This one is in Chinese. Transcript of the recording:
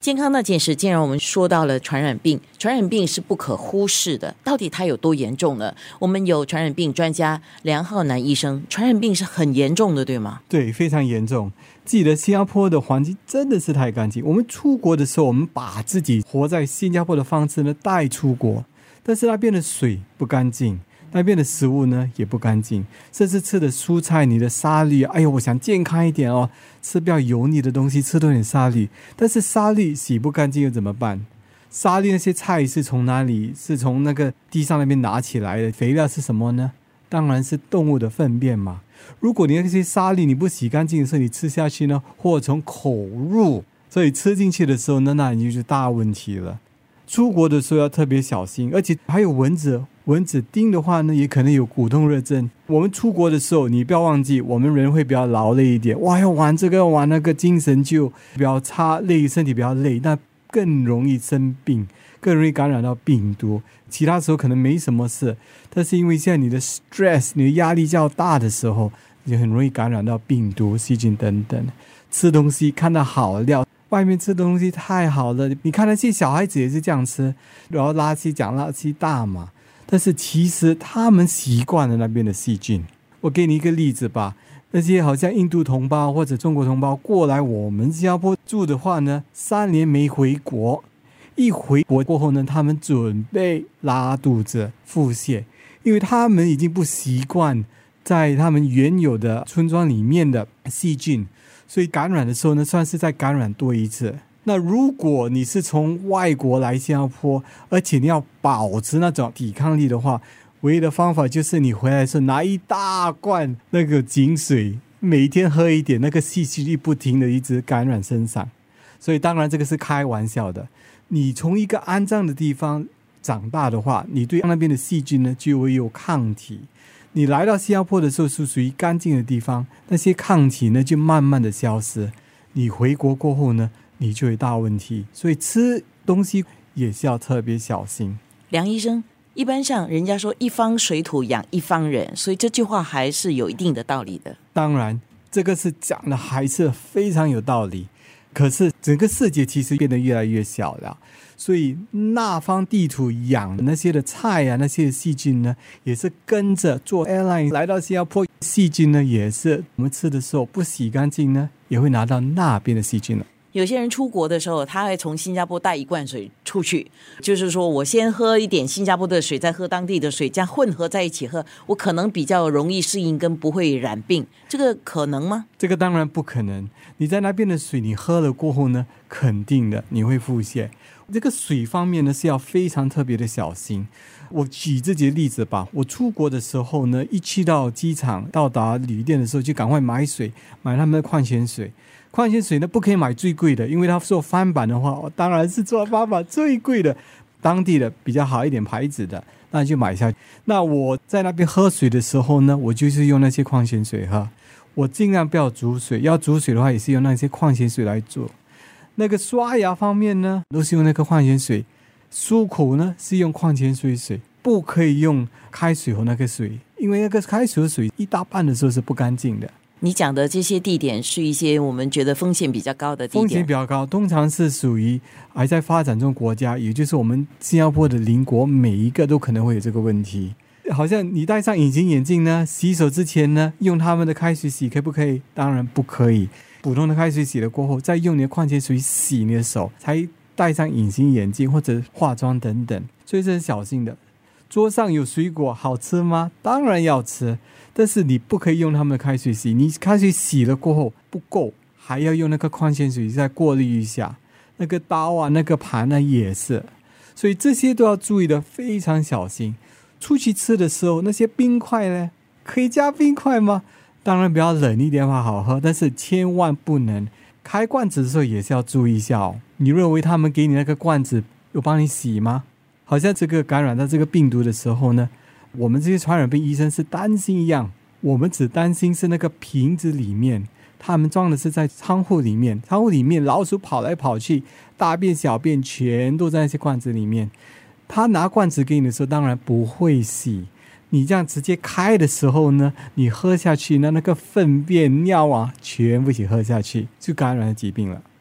健康那件事，既然我们说到了传染病，传染病是不可忽视的，到底它有多严重呢？我们有传染病专家梁浩南医生，传染病是很严重的，对吗？ 对，非常严重。记得新加坡的环境真的是太干净，我们出国的时候，我们把自己活在新加坡的方式呢带出国，但是那边的水不干净，那边的食物呢也不干净，甚至吃的蔬菜，你的沙律，哎呦，我想健康一点哦，吃比较油腻的东西，吃多点沙律，但是沙律洗不干净又怎么办？沙律那些菜是从哪里？是从那个地上那边拿起来的，肥料是什么呢？当然是动物的粪便嘛。如果你那些沙律你不洗干净的时候，你吃下去呢，或者从口入，所以吃进去的时候呢，那你就是大问题了。出国的时候要特别小心，而且还有蚊子叮的话呢，也可能有骨痛热症。我们出国的时候，你不要忘记，我们人会比较劳累一点，哇，要玩这个要玩那个，精神就比较差，身体比较累，那更容易生病，更容易感染到病毒。其他时候可能没什么事，但是因为现在你的 stress， 你的压力较大的时候，你就很容易感染到病毒、细菌等等。吃东西看到好料，外面吃的东西太好了，你看那些小孩子也是这样吃，然后垃圾大嘛，但是其实他们习惯了那边的细菌。我给你一个例子吧，那些好像印度同胞或者中国同胞过来我们新加坡住的话呢，3年没回国，一回国过后呢，他们准备拉肚子、腹泻，因为他们已经不习惯在他们原有的村庄里面的细菌，所以感染的时候呢，算是再感染多一次。那如果你是从外国来新加坡，而且你要保持那种抵抗力的话，唯一的方法就是你回来的时候拿一大罐那个井水，每天喝一点，那个细菌不停的一直感染身上。所以当然这个是开玩笑的，你从一个安葬的地方长大的话，你对那边的细菌呢就会有抗体。你来到新加坡的时候是属于干净的地方，那些抗体呢就慢慢的消失，你回国过后呢，你就有大问题。所以吃东西也是要特别小心。 梁医生，一般上人家说一方水土养一方人，所以这句话还是有一定的道理的。 当然这个是讲的还是非常有道理，可是整个世界其实变得越来越小了，所以那方地土养那些的菜啊，那些的细菌呢，也是跟着做 airline 来到新加坡，细菌呢也是我们吃的时候不洗干净呢，也会拿到那边的细菌了。 有些人出国的时候，他会从新加坡带一罐水出去，就是说我先喝一点新加坡的水，再喝当地的水，这样混合在一起喝，我可能比较容易适应跟不会染病，这个可能吗？ 这个当然不可能，你在那边的水你喝了过后呢，肯定的你会腹泻。这个水方面呢是要非常特别的小心。我举自己的例子吧，我出国的时候呢，一去到机场到达旅店的时候就赶快买水，买他们的矿泉水。矿泉水呢不可以买最贵的，因为它做翻版的话，我当然是做翻版最贵的，当地的比较好一点牌子的，那就买下去。那我在那边喝水的时候呢，我就是用那些矿泉水喝，我尽量不要煮水，要煮水的话也是用那些矿泉水来做。那个刷牙方面呢，都是用那个矿泉水，漱口呢是用矿泉水，不可以用开水和那个水，因为那个开水的水一大半的时候是不干净的。 你讲的这些地点是一些我们觉得风险比较高的地点， 风险比较高，通常是属于还在发展中国家，也就是我们新加坡的邻国，每一个都可能会有这个问题。好像你戴上隐形眼镜呢，洗手之前呢，用他们的开水洗可不可以？当然不可以。普通的开水洗了过后，再用你的矿泉水洗你的手，才戴上隐形眼镜或者化妆等等，所以这是小心的。桌上有水果好吃吗？当然要吃，但是你不可以用他们的开水洗，你开水洗了过后不够，还要用那个矿泉水再过滤一下。那个刀啊，那个盘呢也是，所以这些都要注意的非常小心。出去吃的时候，那些冰块呢，可以加冰块吗？当然比较冷一点的话好喝，但是千万不能开罐子的时候也是要注意一下哦。你认为他们给你那个罐子有帮你洗吗？好像这个感染到这个病毒的时候呢，我们这些传染病医生是担心一样，我们只担心是那个瓶子里面，他们装的是在仓库里面，仓库里面老鼠跑来跑去，大便小便全都在那些罐子里面。他拿罐子给你的时候当然不会洗，你这样直接开的时候呢，你喝下去呢，那个粪便尿啊全部一起喝下去，就感染了疾病了。